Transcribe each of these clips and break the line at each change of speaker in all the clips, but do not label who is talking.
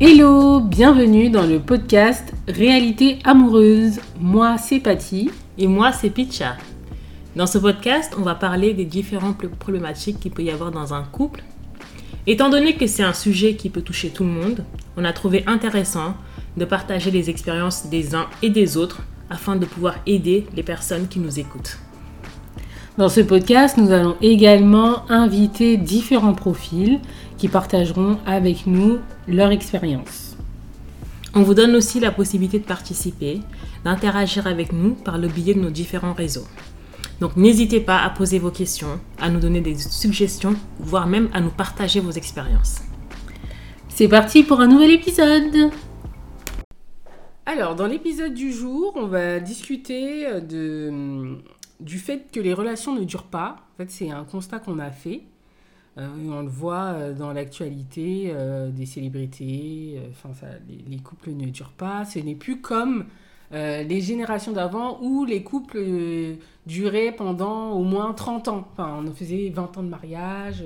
Hello, bienvenue dans le podcast Réalité amoureuse. Moi, c'est Patty.
Et moi, c'est Pitcha. Dans ce podcast, on va parler des différentes problématiques qu'il peut y avoir dans un couple. Étant donné que c'est un sujet qui peut toucher tout le monde, on a trouvé intéressant de partager les expériences des uns et des autres afin de pouvoir aider les personnes qui nous écoutent.
Dans ce podcast, nous allons également inviter différents profils qui partageront avec nous leur expérience.
On vous donne aussi la possibilité de participer, d'interagir avec nous par le biais de nos différents réseaux. Donc n'hésitez pas à poser vos questions, à nous donner des suggestions, voire même à nous partager vos expériences.
C'est parti pour un nouvel épisode. Alors, dans l'épisode du jour, on va discuter du fait que les relations ne durent pas. En fait, c'est un constat qu'on a fait. On le voit dans l'actualité des célébrités. Les couples ne durent pas. Ce n'est plus comme les générations d'avant où les couples duraient pendant au moins 30 ans. Enfin, on faisait 20 ans de mariage.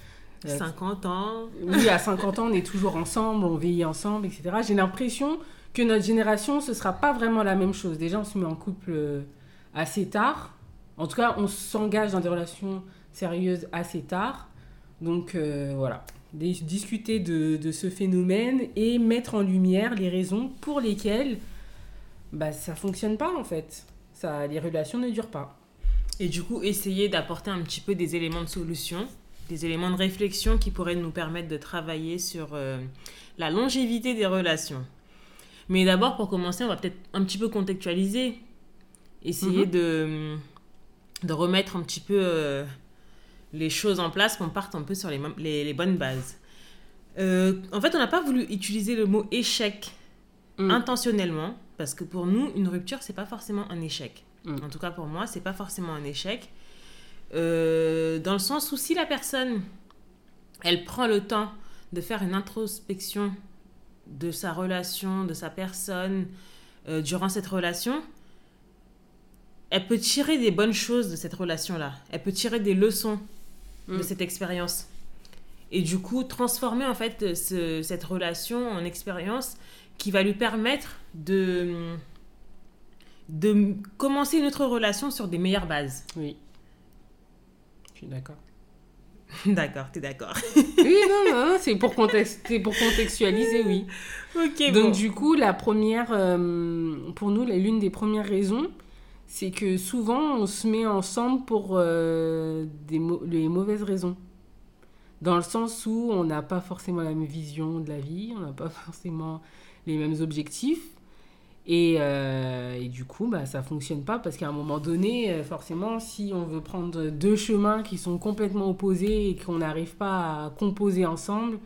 50 ans.
Oui, à 50 ans, on est toujours ensemble, on vieillit ensemble, etc. J'ai l'impression que notre génération, ce ne sera pas vraiment la même chose. Déjà, on se met en couple assez tard. En tout cas, on s'engage dans des relations sérieuses assez tard. Donc, voilà. Discuter de ce phénomène et mettre en lumière les raisons pour lesquelles ça ne fonctionne pas, en fait. Les relations ne durent pas.
Et du coup, essayer d'apporter un petit peu des éléments de solution, des éléments de réflexion qui pourraient nous permettre de travailler sur la longévité des relations. Mais d'abord, pour commencer, on va peut-être un petit peu contextualiser. Essayer de remettre un petit peu les choses en place, qu'on parte un peu sur les bonnes bases. En fait, on n'a pas voulu utiliser le mot échec intentionnellement, parce que pour nous, une rupture, c'est pas forcément un échec. En tout cas, pour moi, c'est pas forcément un échec. Dans le sens où si la personne, elle prend le temps de faire une introspection de sa relation, de sa personne, durant cette relation, elle peut tirer des bonnes choses de cette relation-là. Elle peut tirer des leçons de cette expérience. Et du coup, transformer en fait cette relation en expérience qui va lui permettre de commencer une autre relation sur des meilleures bases.
Oui. Je suis d'accord.
D'accord, t'es d'accord.
Oui, non, c'est pour contextualiser, oui.
Ok,
donc,
bon.
du coup, la première, pour nous, l'une des premières raisons, c'est que souvent, on se met ensemble pour les mauvaises raisons. Dans le sens où on n'a pas forcément la même vision de la vie, on n'a pas forcément les mêmes objectifs. Et du coup, ça ne fonctionne pas parce qu'à un moment donné, forcément, si on veut prendre deux chemins qui sont complètement opposés et qu'on n'arrive pas à composer ensemble,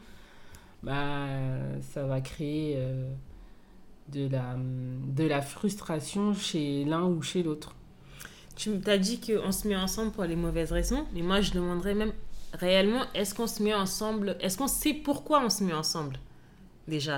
ça va créer de la frustration chez l'un ou chez l'autre.
Tu t'as dit qu'on se met ensemble pour les mauvaises raisons, mais moi, je demanderais même réellement, est-ce qu'on se met ensemble, est-ce qu'on sait pourquoi on se met ensemble, déjà ?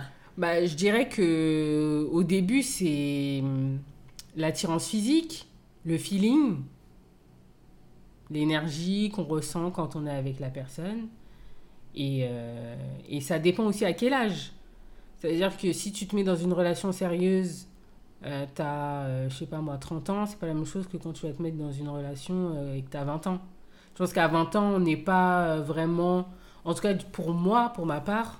Je dirais qu'au début, c'est l'attirance physique, le feeling, l'énergie qu'on ressent quand on est avec la personne. Et ça dépend aussi à quel âge. C'est-à-dire que si tu te mets dans une relation sérieuse, t'as, 30 ans, c'est pas la même chose que quand tu vas te mettre dans une relation et que t'as 20 ans. Je pense qu'à 20 ans, on n'est pas vraiment... En tout cas, pour moi, pour ma part,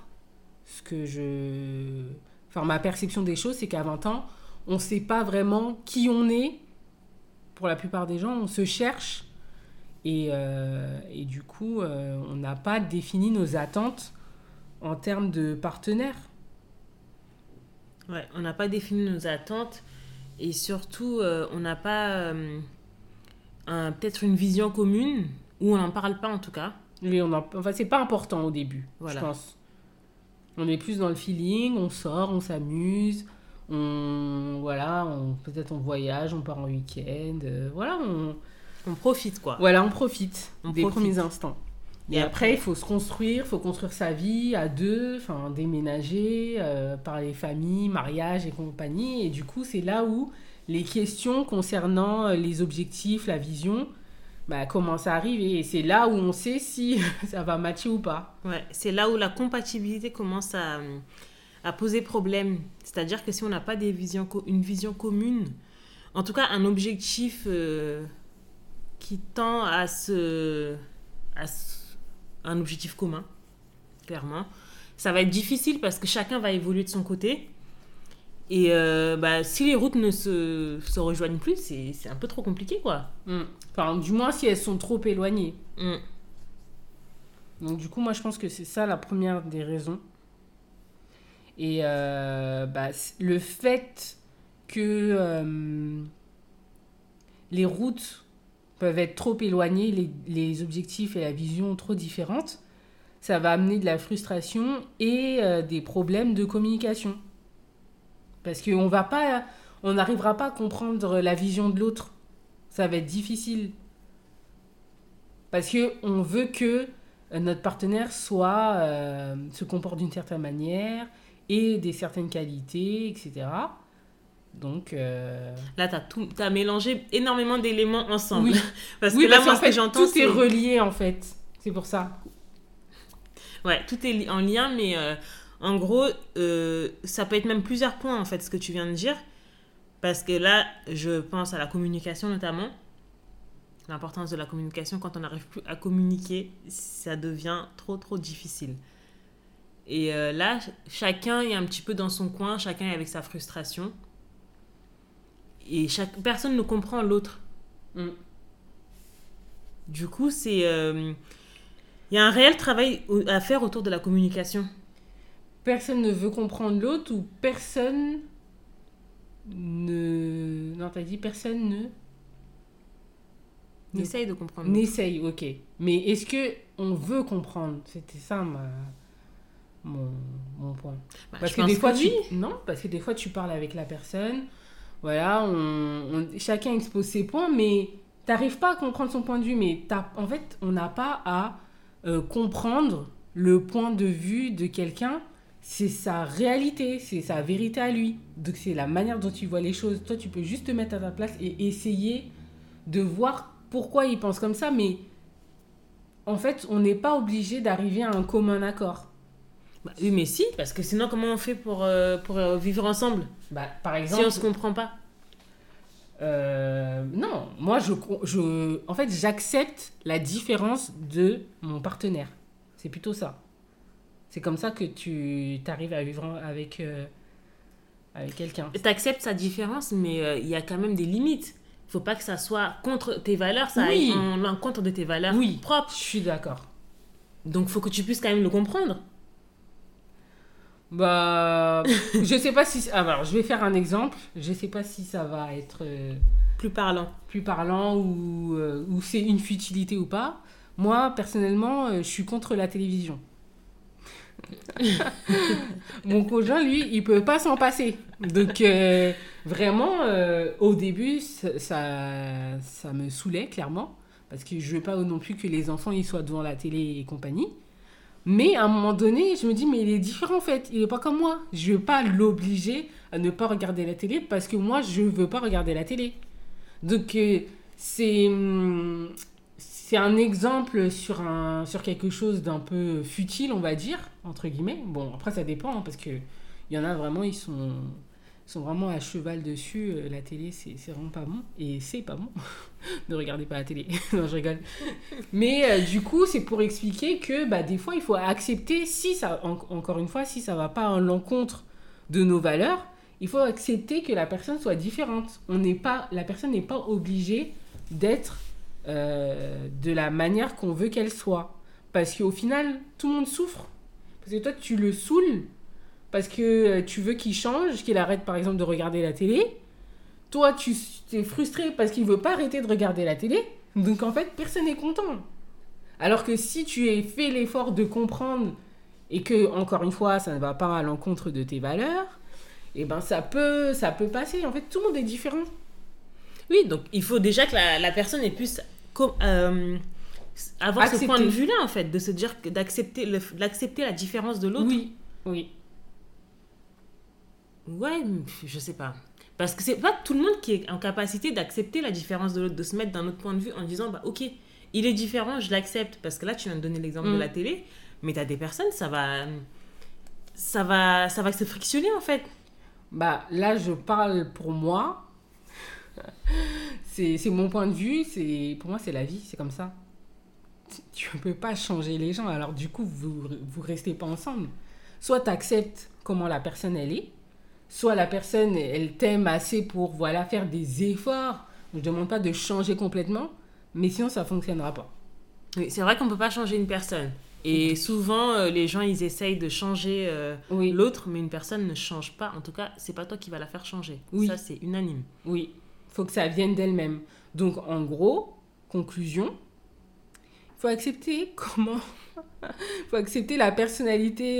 ma perception des choses, c'est qu'à 20 ans, on ne sait pas vraiment qui on est. Pour la plupart des gens, on se cherche. Et du coup, on n'a pas défini nos attentes en termes de partenaire.
Ouais, on n'a pas défini nos attentes. Et surtout, on n'a pas peut-être une vision commune, ou on n'en parle pas en tout cas.
Oui, c'est pas important au début, voilà. Je pense. On est plus dans le feeling, on sort, on s'amuse, peut-être on voyage, on part en week-end,
on profite quoi.
Voilà, on profite des premiers instants. Et après, il faut se construire, il faut construire sa vie à deux, déménager, par les familles, mariage et compagnie. Et du coup, c'est là où les questions concernant les objectifs, la vision, commencent à arriver. Et c'est là où on sait si ça va matcher ou pas.
Ouais, c'est là où la compatibilité commence à poser problème. C'est-à-dire que si on n'a pas une vision commune, en tout cas un objectif qui tend un objectif commun, clairement, ça va être difficile parce que chacun va évoluer de son côté. Et si les routes ne se rejoignent plus, c'est un peu trop compliqué, quoi.
Enfin, du moins si elles sont trop éloignées.
Mm.
Donc du coup, moi je pense que c'est ça la première des raisons. Et le fait que les routes peuvent être trop éloignées, les objectifs et la vision trop différentes, ça va amener de la frustration et des problèmes de communication. Parce qu'on n'arrivera pas à comprendre la vision de l'autre. Ça va être difficile. Parce qu'on veut que notre partenaire se comporte d'une certaine manière et des certaines qualités, etc. Donc...
Là, t'as mélangé énormément d'éléments ensemble.
Oui,
parce que là, moi, ce que j'entends,
tout est relié, en fait. C'est pour ça.
Ouais, tout est en lien, mais en gros, ça peut être même plusieurs points, en fait, ce que tu viens de dire. Parce que là, je pense à la communication, notamment. L'importance de la communication, quand on n'arrive plus à communiquer, ça devient trop, trop difficile. Et là, chacun est un petit peu dans son coin, chacun est avec sa frustration. Et personne ne comprend l'autre. Du coup, il y a un réel travail à faire autour de la communication.
Personne ne veut comprendre l'autre ou personne ne... Non, t'as dit personne ne...
N'essaye de comprendre.
N'essaye, ok. Mais est-ce qu'on veut comprendre? C'était ça mon point. Parce que des fois, non, parce que des fois, tu parles avec la personne, voilà, chacun expose ses points, mais t'arrives pas à comprendre son point de vue. Mais en fait, on n'a pas à comprendre le point de vue de quelqu'un. C'est sa réalité, c'est sa vérité à lui. Donc, c'est la manière dont tu vois les choses. Toi, tu peux juste te mettre à ta place et essayer de voir pourquoi il pense comme ça, mais en fait, on n'est pas obligé d'arriver à un commun accord.
Oui, mais si, parce que sinon, comment on fait pour vivre ensemble?
Par exemple...
Si on ne se comprend pas.
Non, moi, en fait, j'accepte la différence de mon partenaire. C'est plutôt ça. C'est comme ça que tu arrives à vivre avec quelqu'un.
Tu acceptes sa différence, mais il y a quand même des limites. Faut pas que ça soit contre tes valeurs, ça aille en l'encontre de tes valeurs propres.
Je suis d'accord.
Donc, faut que tu puisses quand même le comprendre.
Je sais pas si... Alors, je vais faire un exemple. Je sais pas si ça va être...
plus parlant
ou c'est une futilité ou pas. Moi, personnellement, je suis contre la télévision. Mon conjoint, lui, il peut pas s'en passer. Donc, vraiment, au début, ça me saoulait, clairement. Parce que je veux pas non plus que les enfants ils soient devant la télé et compagnie. Mais à un moment donné, je me dis, mais il est différent en fait. Il est pas comme moi. Je veux pas l'obliger à ne pas regarder la télé parce que moi, je veux pas regarder la télé. Donc, c'est un exemple sur quelque chose d'un peu futile, on va dire, entre guillemets. Bon, après, ça dépend, hein, parce qu'il y en a vraiment, ils sont vraiment à cheval dessus. La télé, c'est vraiment pas bon. Et c'est pas bon. Ne regardez pas la télé. Non, je rigole. Mais du coup, c'est pour expliquer que des fois, il faut accepter, si ça, encore une fois, si ça va pas à l'encontre de nos valeurs, il faut accepter que la personne soit différente. La personne n'est pas obligée d'être de la manière qu'on veut qu'elle soit. Parce qu'au final, tout le monde souffre. Parce que toi, tu le saoules parce que tu veux qu'il change, qu'il arrête par exemple de regarder la télé. Toi, tu es frustré parce qu'il ne veut pas arrêter de regarder la télé. Donc en fait, personne n'est content. Alors que si tu as fait l'effort de comprendre et que, encore une fois, ça ne va pas à l'encontre de tes valeurs, et ça peut passer. En fait, tout le monde est différent.
Oui, donc il faut déjà que la personne ait pu avoir ce point de vue-là, en fait, de se dire, d'accepter la différence de l'autre.
Oui.
Ouais, je sais pas. Parce que c'est pas tout le monde qui est en capacité d'accepter la différence de l'autre, de se mettre d'un autre point de vue en disant, ok, il est différent, je l'accepte. Parce que là, tu viens de donner l'exemple de la télé, mais t'as des personnes, ça va... ça va se frictionner en fait.
Bah, là, je parle pour moi. C'est mon point de vue. Pour moi, c'est la vie. C'est comme ça. Tu ne peux pas changer les gens. Alors, du coup, vous restez pas ensemble. Soit tu acceptes comment la personne, elle est. Soit la personne, elle t'aime assez pour, voilà, faire des efforts. Je ne demande pas de changer complètement. Mais sinon, ça ne fonctionnera pas.
Oui, c'est vrai qu'on ne peut pas changer une personne. Et souvent, les gens, ils essayent de changer
Oui.
l'autre, mais une personne ne change pas. En tout cas, c'est pas toi qui vas la faire changer.
Oui.
Ça, c'est unanime.
Oui, faut que ça vienne d'elle-même. Donc, en gros, conclusion, faut accepter faut accepter la personnalité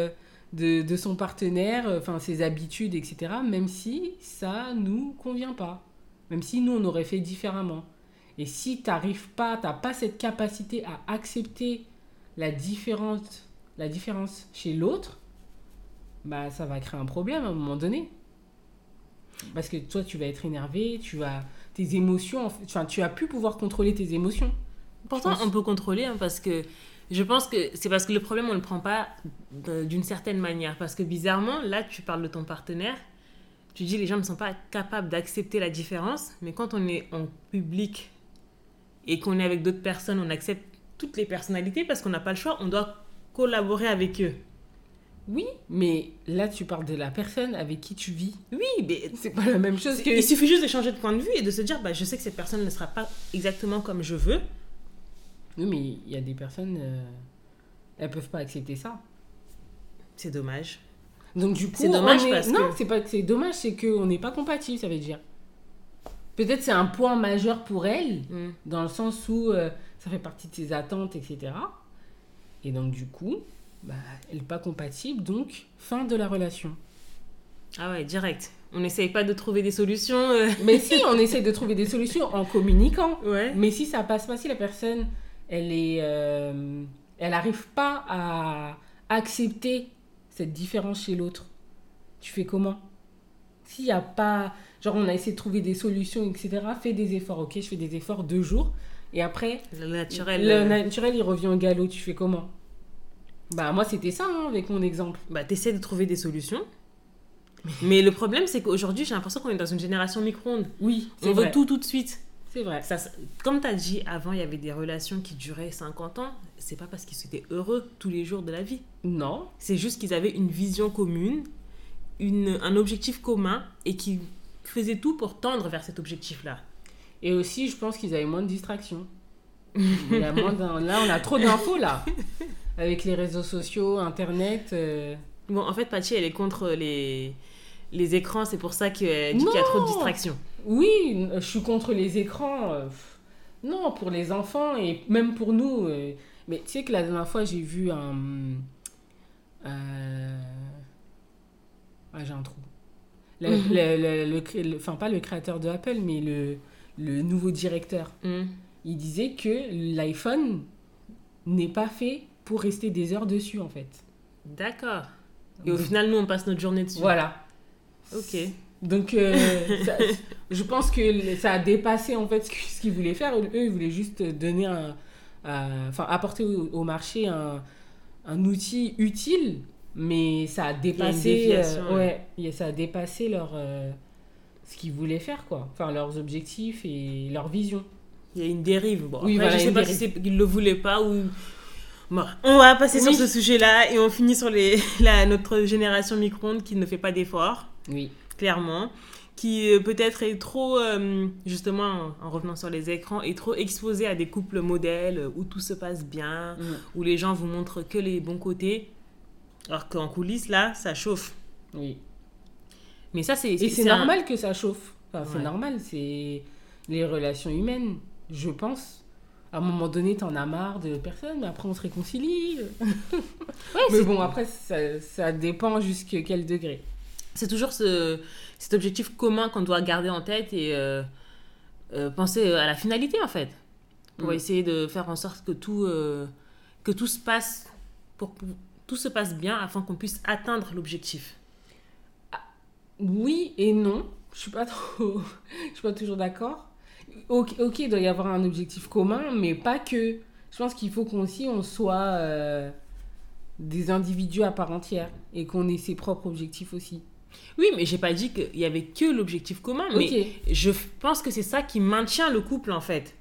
de son partenaire, enfin ses habitudes, etc. Même si ça nous convient pas. Même si nous, on aurait fait différemment. Et si t'arrives pas, t'as pas cette capacité à accepter la différence chez l'autre, bah ça va créer un problème à un moment donné. Parce que toi, tu vas être énervé, tes émotions, enfin, tu as pu pouvoir contrôler tes émotions.
Pourtant, on peut contrôler, hein, parce que je pense que c'est parce que le problème, on ne le prend pas d'une certaine manière. Parce que bizarrement, là, tu parles de ton partenaire, tu dis les gens ne sont pas capables d'accepter la différence, mais quand on est en public et qu'on est avec d'autres personnes, on accepte toutes les personnalités parce qu'on n'a pas le choix, on doit collaborer avec eux.
Oui, mais là, tu parles de la personne avec qui tu vis.
Oui, mais
c'est pas la même chose que...
Il suffit juste de changer de point de vue et de se dire, bah, je sais que cette personne ne sera pas exactement comme je veux.
Oui, mais il y a des personnes, elles peuvent pas accepter ça.
C'est dommage.
Donc du coup,
c'est dommage parce
non,
que...
c'est pas que c'est dommage, c'est qu'on n'est pas compatible, ça veut dire. Peut-être c'est un point majeur pour elle, dans le sens où ça fait partie de ses attentes, etc. Et donc du coup, bah, elle n'est pas compatible, donc fin de la relation.
Ah ouais, direct. On n'essaye pas de trouver des solutions.
Mais si, on essaye de trouver des solutions en communiquant.
Ouais.
Mais si ça passe pas, si la personne, elle n'arrive pas à accepter cette différence chez l'autre, tu fais comment? S'il n'y a pas... Genre, on a essayé de trouver des solutions, etc. Fais des efforts, ok? Je fais des efforts 2 jours. Et après, le naturel, il revient au galop. Tu fais comment? Bah, moi, c'était ça, hein, avec mon exemple.
Bah, t'essaies de trouver des solutions. Mais le problème, c'est qu'aujourd'hui, j'ai l'impression qu'on est dans une génération micro-ondes.
Oui,
on veut tout de suite.
C'est vrai.
Ça, comme tu as dit, avant, il y avait des relations qui duraient 50 ans. C'est pas parce qu'ils étaient heureux tous les jours de la vie.
Non.
C'est juste qu'ils avaient une vision commune, un objectif commun et qui faisaient tout pour tendre vers cet objectif-là.
Et aussi, je pense qu'ils avaient moins de distractions. Là, on a trop d'infos, là. Avec les réseaux sociaux, Internet...
Bon, en fait, Patty, elle est contre les écrans. C'est pour ça qu'elle dit qu'il y a trop de distractions.
Oui, je suis contre les écrans. Non, pour les enfants et même pour nous. Mais tu sais que la dernière fois, j'ai vu un... j'ai un trou. Enfin, pas le créateur de Apple, mais le nouveau directeur. Il disait que l'iPhone n'est pas fait pour rester des heures dessus, en fait.
D'accord. Et au final, nous, on passe notre journée dessus.
Voilà.
Ok.
Donc, je pense que ça a dépassé, en fait, ce qu'ils voulaient faire. Eux, ils voulaient juste donner apporter au marché un outil utile, mais ça a dépassé... ça a dépassé ce qu'ils voulaient faire, quoi. Enfin, leurs objectifs et leur vision.
Il y a une dérive. Bon,
oui,
après,
voilà,
je sais pas si c'est qu'ils le voulaient pas ou... Bon, on va passer sur ce sujet-là et on finit sur notre génération micro-ondes qui ne fait pas d'efforts.
Oui.
Clairement. Qui peut-être est trop, justement, en revenant sur les écrans, est trop exposée à des couples modèles où tout se passe bien, où les gens vous montrent que les bons côtés, alors qu'en coulisses, là, ça chauffe.
Oui.
Mais ça, c'est
normal que ça chauffe. Enfin, c'est normal, c'est les relations humaines, je pense. À un moment donné, t'en as marre de personne, mais après, on se réconcilie. Mais bon, après, ça dépend jusqu'à quel degré.
C'est toujours cet objectif commun qu'on doit garder en tête et penser à la finalité, en fait. Pour essayer de faire en sorte que tout se passe bien afin qu'on puisse atteindre l'objectif.
Oui et non. Je suis pas toujours d'accord. Ok, il doit y avoir un objectif commun, mais pas que. Je pense qu'il faut qu'on soit des individus à part entière et qu'on ait ses propres objectifs aussi.
Oui, mais j'ai pas dit qu'il y avait que l'objectif commun, mais je pense que c'est ça qui maintient le couple en fait.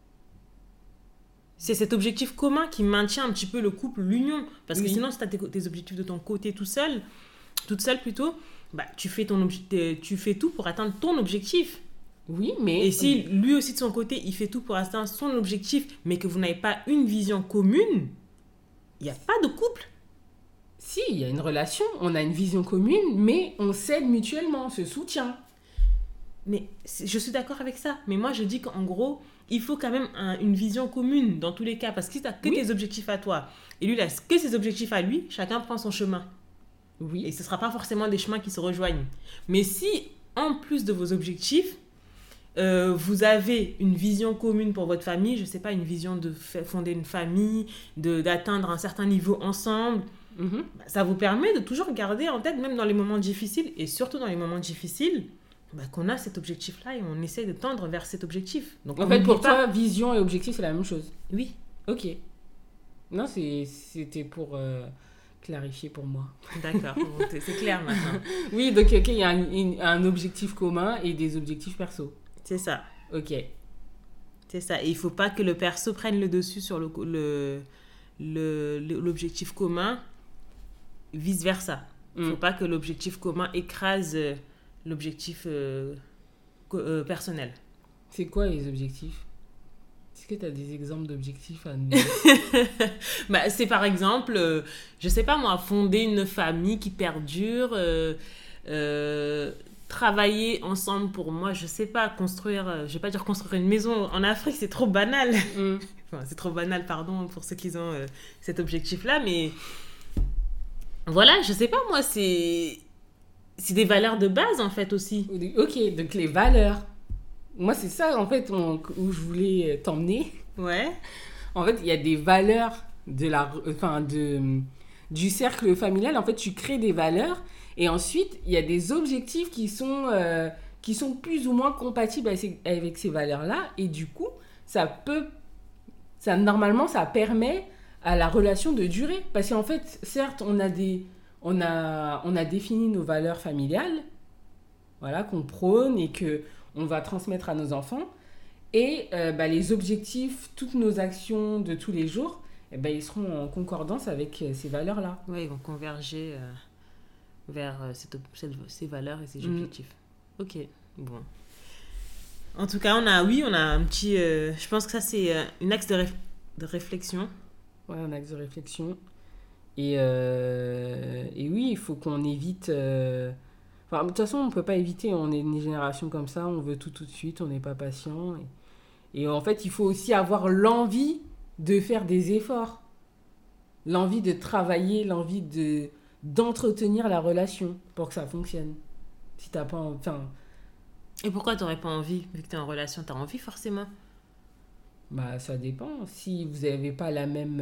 C'est cet objectif commun qui maintient un petit peu le couple, l'union. Parce que sinon, si tu as tes objectifs de ton côté toute seule plutôt, bah, tu fais tout pour atteindre ton objectif.
Oui, mais...
Et si lui aussi de son côté, il fait tout pour atteindre son objectif, mais que vous n'avez pas une vision commune, il n'y a pas de couple.
Si, il y a une relation, on a une vision commune, mais on s'aide mutuellement, on se soutient.
Mais je suis d'accord avec ça. Mais moi, je dis qu'en gros, il faut quand même une vision commune dans tous les cas. Parce que si tu n'as que tes objectifs à toi, et lui, il a que ses objectifs à lui, chacun prend son chemin.
Oui.
Et ce ne sera pas forcément des chemins qui se rejoignent. Mais si, en plus de vos objectifs, vous avez une vision commune pour votre famille, je ne sais pas, une vision de fonder une famille, d'atteindre un certain niveau ensemble, ça vous permet de toujours garder en tête, même dans les moments difficiles, et surtout dans les moments difficiles, qu'on a cet objectif-là et on essaie de tendre vers cet objectif. Donc,
en fait, pour toi, vision et objectif, c'est la même chose.
Oui.
Ok. Non, c'était pour clarifier pour moi.
D'accord, c'est clair maintenant.
Oui, donc il y a un objectif commun et des objectifs perso.
C'est ça.
Ok.
C'est ça. Et il ne faut pas que le perso prenne le dessus sur l'objectif commun, vice-versa. Il ne faut pas que l'objectif commun écrase l'objectif personnel.
C'est quoi les objectifs ? Est-ce que tu as des exemples d'objectifs à nous
c'est par exemple, je sais pas moi, fonder une famille qui perdure, travailler ensemble pour moi, je sais pas, construire, je vais pas dire construire une maison en Afrique, c'est trop banal. Enfin, c'est trop banal, pardon, pour ceux qui ont cet objectif-là, mais voilà, je sais pas moi, c'est des valeurs de base en fait aussi.
Ok, donc les valeurs. Moi, c'est ça, en fait, où je voulais t'emmener.
Ouais.
En fait, il y a des valeurs du cercle familial. En fait, tu crées des valeurs. Et ensuite, il y a des objectifs qui sont plus ou moins compatibles avec ces valeurs-là. Et du coup, normalement, ça permet à la relation de durer. Parce qu'en fait, certes, on a défini nos valeurs familiales, voilà, qu'on prône et que on va transmettre à nos enfants. Et les objectifs, toutes nos actions de tous les jours, ils seront en concordance avec ces valeurs-là.
Oui, ils vont converger vers ces valeurs et ces objectifs. Ok, bon. En tout cas, on a un petit... je pense que ça, c'est un axe de réflexion.
Ouais, un axe de réflexion. Et oui, il faut qu'on évite... de toute façon, on ne peut pas éviter, on est une génération comme ça, on veut tout de suite, on n'est pas patient. Et en fait, il faut aussi avoir l'envie de faire des efforts. L'envie de travailler, l'envie d'entretenir la relation pour que ça fonctionne. Si t'as pas...
Et pourquoi tu n'aurais pas envie, vu que tu es en relation? Tu as envie forcément?
Ça dépend. Si vous n'avez pas la même...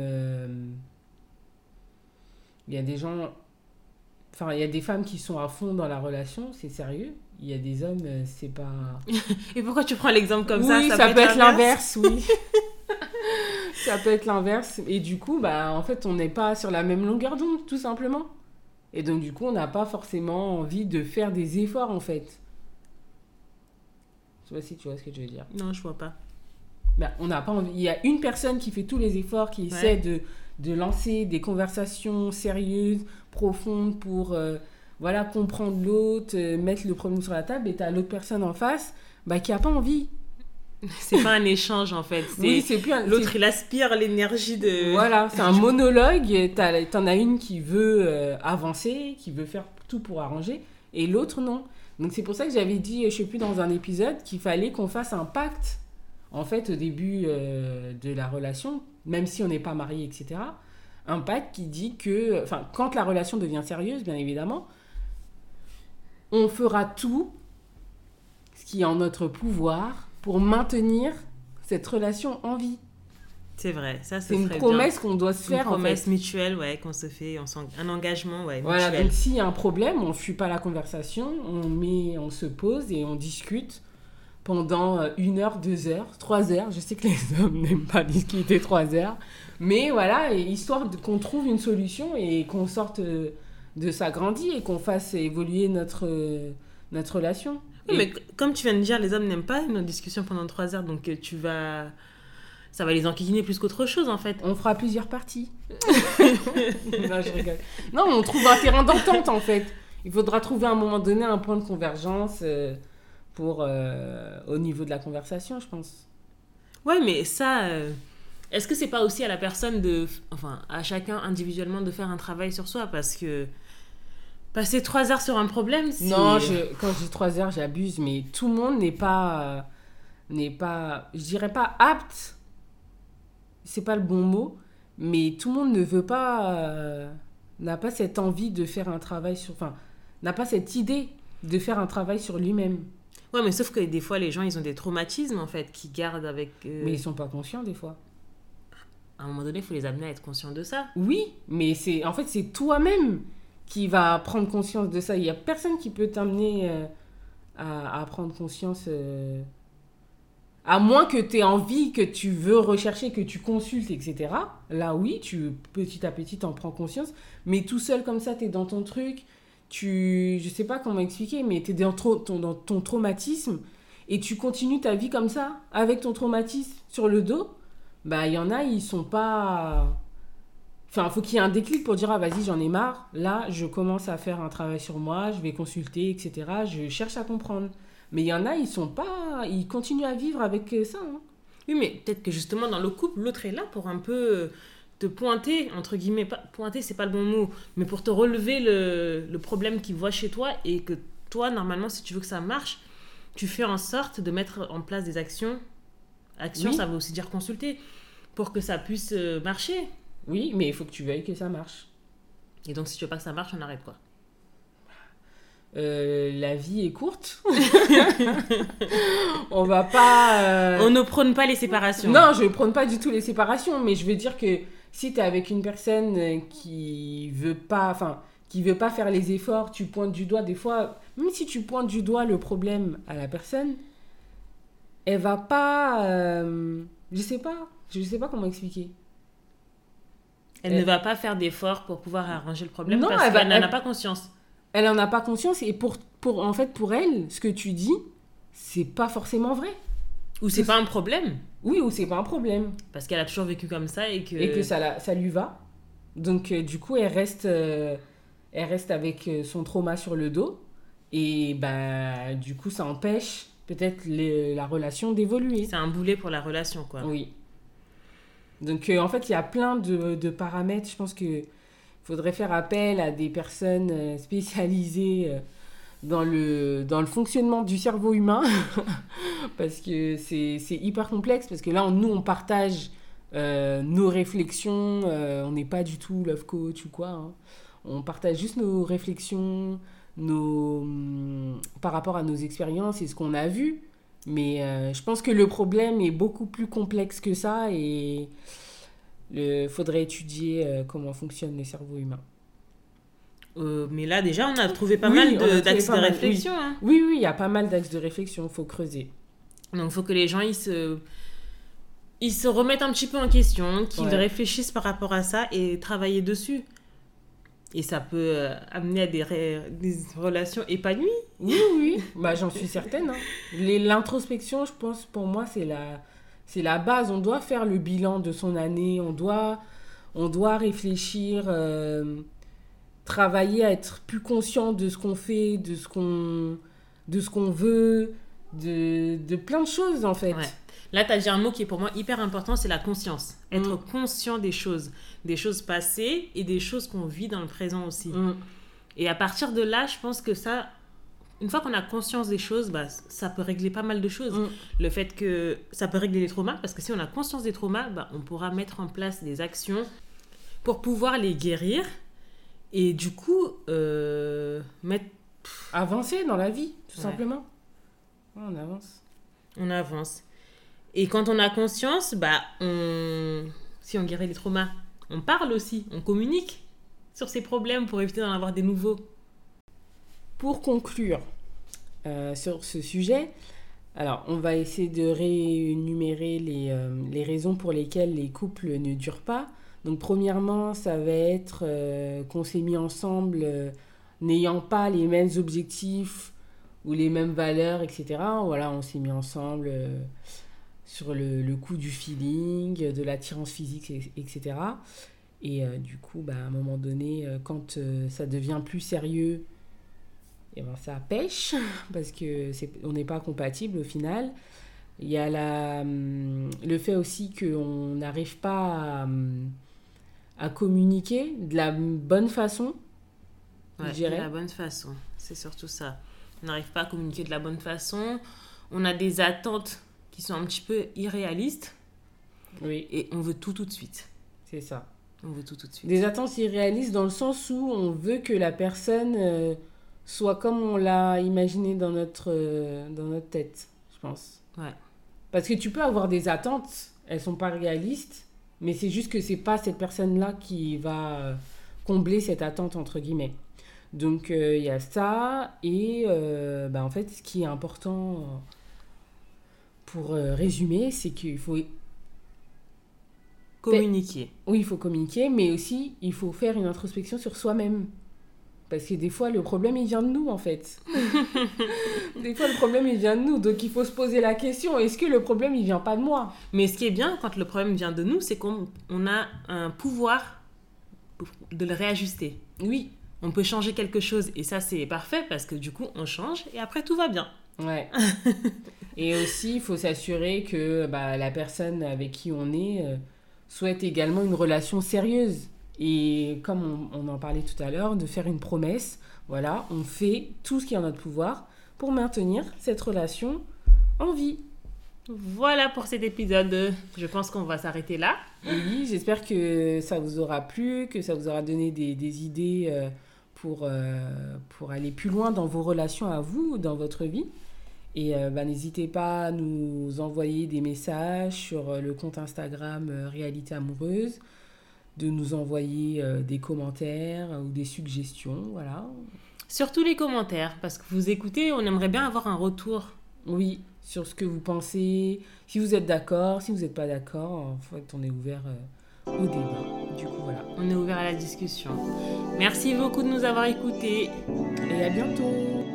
Il y a des gens... il y a des femmes qui sont à fond dans la relation, c'est sérieux. Il y a des hommes, c'est pas...
Et pourquoi tu prends l'exemple comme ça?
Ça peut être l'inverse, oui. Ça peut être l'inverse. Et du coup, en fait, on n'est pas sur la même longueur d'onde, tout simplement. Et donc, du coup, on n'a pas forcément envie de faire des efforts, en fait. Je sais pas si tu vois ce que je veux dire.
Non, je vois pas.
On n'a pas envie. Il y a une personne qui fait tous les efforts, qui essaie de lancer des conversations sérieuses, profondes pour comprendre l'autre, mettre le problème sur la table, et tu as l'autre personne en face qui n'a pas envie.
C'est pas un échange en fait. L'autre il aspire l'énergie de...
Voilà, c'est un monologue. T'en as une qui veut avancer, qui veut faire tout pour arranger, et l'autre non. Donc c'est pour ça que j'avais dit, je sais plus, dans un épisode, qu'il fallait qu'on fasse un pacte en fait au début de la relation, même si on n'est pas marié, etc. Un pacte qui dit que, quand la relation devient sérieuse, bien évidemment, on fera tout ce qui est en notre pouvoir pour maintenir cette relation en vie.
C'est vrai, ça
c'est une promesse qu'on doit se faire.
Une promesse mutuelle, qu'on se fait, un engagement, mutuel.
Voilà, donc s'il y a un problème, on ne fuit pas la conversation, on se pose et on discute pendant 1 heure, 2 heures, 3 heures. Je sais que les hommes n'aiment pas discuter 3 heures. Mais voilà, histoire qu'on trouve une solution et qu'on sorte de s'agrandir et qu'on fasse évoluer notre relation.
Oui, mais comme tu viens de dire, les hommes n'aiment pas une discussion pendant 3 heures, donc ça va les enquiquiner plus qu'autre chose en fait.
On fera plusieurs parties. Non, je rigole. Non, on trouve un terrain d'entente en fait. Il faudra trouver à un moment donné un point de convergence au niveau de la conversation, je pense.
Ouais, mais ça, est-ce que c'est pas aussi à la personne à chacun individuellement de faire un travail sur soi, parce que passer 3 heures sur un problème, c'est...
Non, quand je dis 3 heures, j'abuse, mais tout le monde n'est pas, je dirais pas apte, c'est pas le bon mot, mais tout le monde ne veut pas, n'a pas cette envie de faire un travail n'a pas cette idée de faire un travail sur lui-même.
Ouais, mais sauf que des fois, les gens, ils ont des traumatismes, en fait, qui gardent avec...
Mais ils sont pas conscients, des fois.
À un moment donné, il faut les amener à être conscients de ça.
Oui, mais c'est toi-même qui va prendre conscience de ça. Il y a personne qui peut t'amener à prendre conscience... à moins que tu aies envie, que tu veux rechercher, que tu consultes, etc. Là, oui, petit à petit, t'en prends conscience. Mais tout seul, comme ça, tu es dans ton truc... je sais pas comment expliquer, mais tu es dans ton traumatisme et tu continues ta vie comme ça, avec ton traumatisme sur le dos. Bah, il y en a, ils sont pas... Enfin, il faut qu'il y ait un déclic pour dire, ah, vas-y, j'en ai marre. Là, je commence à faire un travail sur moi, je vais consulter, etc. Je cherche à comprendre. Mais il y en a, ils continuent à vivre avec ça. Hein.
Oui, mais peut-être que justement, dans le couple, l'autre est là pour un peu... te pointer, entre guillemets, pointer c'est pas le bon mot, mais pour te relever le problème qu'il voit chez toi, et que toi, normalement, si tu veux que ça marche, tu fais en sorte de mettre en place des actions. Action, oui. Ça veut aussi dire consulter, pour que ça puisse marcher.
Oui, mais il faut que tu veuilles que ça marche.
Et donc, si tu veux pas que ça marche, on arrête quoi.
La vie est courte. On va pas...
On ne prône pas les séparations.
Non, je ne prône pas du tout les séparations, mais je veux dire que si tu es avec une personne qui veut pas faire les efforts, tu pointes du doigt des fois, même si tu pointes du doigt le problème à la personne, elle va pas... je sais pas comment expliquer.
Elle ne va pas faire d'efforts pour pouvoir arranger le problème, non, parce qu'elle n'en a pas conscience.
Elle en a pas conscience, et pour elle, ce que tu dis, c'est pas forcément vrai.
Ou c'est pas un problème.
Oui, ou c'est pas un problème.
Parce qu'elle a toujours vécu comme ça et que
ça lui va. Donc, du coup, elle reste avec son trauma sur le dos. Et bah, du coup, ça empêche peut-être la relation d'évoluer.
C'est un boulet pour la relation, quoi.
Oui. Donc, en fait, il y a plein de paramètres. Je pense que faudrait faire appel à des personnes spécialisées dans le fonctionnement du cerveau humain parce que c'est hyper complexe, parce que là, nous, on partage nos réflexions, on n'est pas du tout love coach ou quoi, hein. On partage juste nos réflexions par rapport à nos expériences et ce qu'on a vu, mais je pense que le problème est beaucoup plus complexe que ça, et faudrait étudier comment fonctionne le cerveau humain.
Mais là, déjà, on a trouvé pas mal d'axes de réflexion.
Oui,
hein.
Oui, il y a pas mal d'axes de réflexion, il faut creuser.
Donc, il faut que les gens, ils se remettent un petit peu en question, qu'ils réfléchissent par rapport à ça et travailler dessus. Et ça peut amener à des relations épanouies.
Oui. Bah, j'en suis certaine. Hein. L'introspection, je pense, pour moi, c'est la base. On doit faire le bilan de son année. On doit réfléchir, travailler à être plus conscient de ce qu'on fait, de ce qu'on veut, de plein de choses, en fait.
Ouais. Là, tu as dit un mot qui est pour moi hyper important, c'est la conscience. Être conscient des choses passées et des choses qu'on vit dans le présent aussi. Et à partir de là, je pense que ça, une fois qu'on a conscience des choses, bah, ça peut régler pas mal de choses. Le fait que ça peut régler les traumas, parce que si on a conscience des traumas, bah, on pourra mettre en place des actions pour pouvoir les guérir et du coup
avancer dans la vie, tout simplement. On avance.
Et quand on a conscience, bah, si on guérit les traumas, on parle aussi, on communique sur ces problèmes pour éviter d'en avoir des nouveaux.
Pour conclure sur ce sujet, Alors, on va essayer de réénumérer les raisons pour lesquelles les couples ne durent pas. Donc, premièrement, ça va être qu'on s'est mis ensemble n'ayant pas les mêmes objectifs ou les mêmes valeurs, etc. Voilà, on s'est mis ensemble sur le coup du feeling, de l'attirance physique, etc. Et du coup, à un moment donné, quand ça devient plus sérieux, et ben ça pêche parce que on n'est pas compatible au final. Il y a le fait aussi qu'on n'arrive pas à communiquer de la bonne façon,
Ouais,
je
de
dirais.
la bonne façon. C'est surtout ça. On n'arrive pas à communiquer de la bonne façon. On a des attentes qui sont un petit peu irréalistes
Oui,
et on veut tout de suite.
c'est ça.
On veut tout de suite.
Des attentes irréalistes dans le sens où on veut que la personne soit comme on l'a imaginé dans notre tête, je pense.
Ouais.
Parce que tu peux avoir des attentes, elles sont pas réalistes, mais c'est juste que c'est pas cette personne-là qui va combler cette attente entre guillemets. Donc il y a ça et en fait ce qui est important pour résumer, c'est qu'il faut
Communiquer.
oui, il faut communiquer, mais aussi il faut faire une introspection sur soi-même. Parce que des fois, le problème, il vient de nous, en fait. Des fois, le problème, il vient de nous. Donc, il faut se poser la question, est-ce que le problème, il vient pas de moi?
Mais ce qui est bien quand le problème vient de nous, c'est qu'on a un pouvoir de le réajuster.
Oui.
On peut changer quelque chose et ça, c'est parfait parce que du coup, on change et après, tout va bien.
Ouais. Et aussi, il faut s'assurer que la personne avec qui on est souhaite également une relation sérieuse. Et comme on en parlait tout à l'heure, de faire une promesse. Voilà, on fait tout ce qui est en notre pouvoir pour maintenir cette relation en vie.
Voilà pour cet épisode. Je pense qu'on va s'arrêter là.
Oui, j'espère que ça vous aura plu, que ça vous aura donné des idées pour aller plus loin dans vos relations à vous, dans votre vie. Et n'hésitez pas à nous envoyer des messages sur le compte Instagram Réalité Amoureuse, de nous envoyer des commentaires ou des suggestions, voilà.
Surtout les commentaires, parce que vous écoutez, on aimerait bien avoir un retour.
Oui, sur ce que vous pensez, si vous êtes d'accord, si vous n'êtes pas d'accord, en fait on est ouvert au débat. Du coup voilà.
On est ouvert à la discussion. Merci beaucoup de nous avoir écoutés.
Et à bientôt.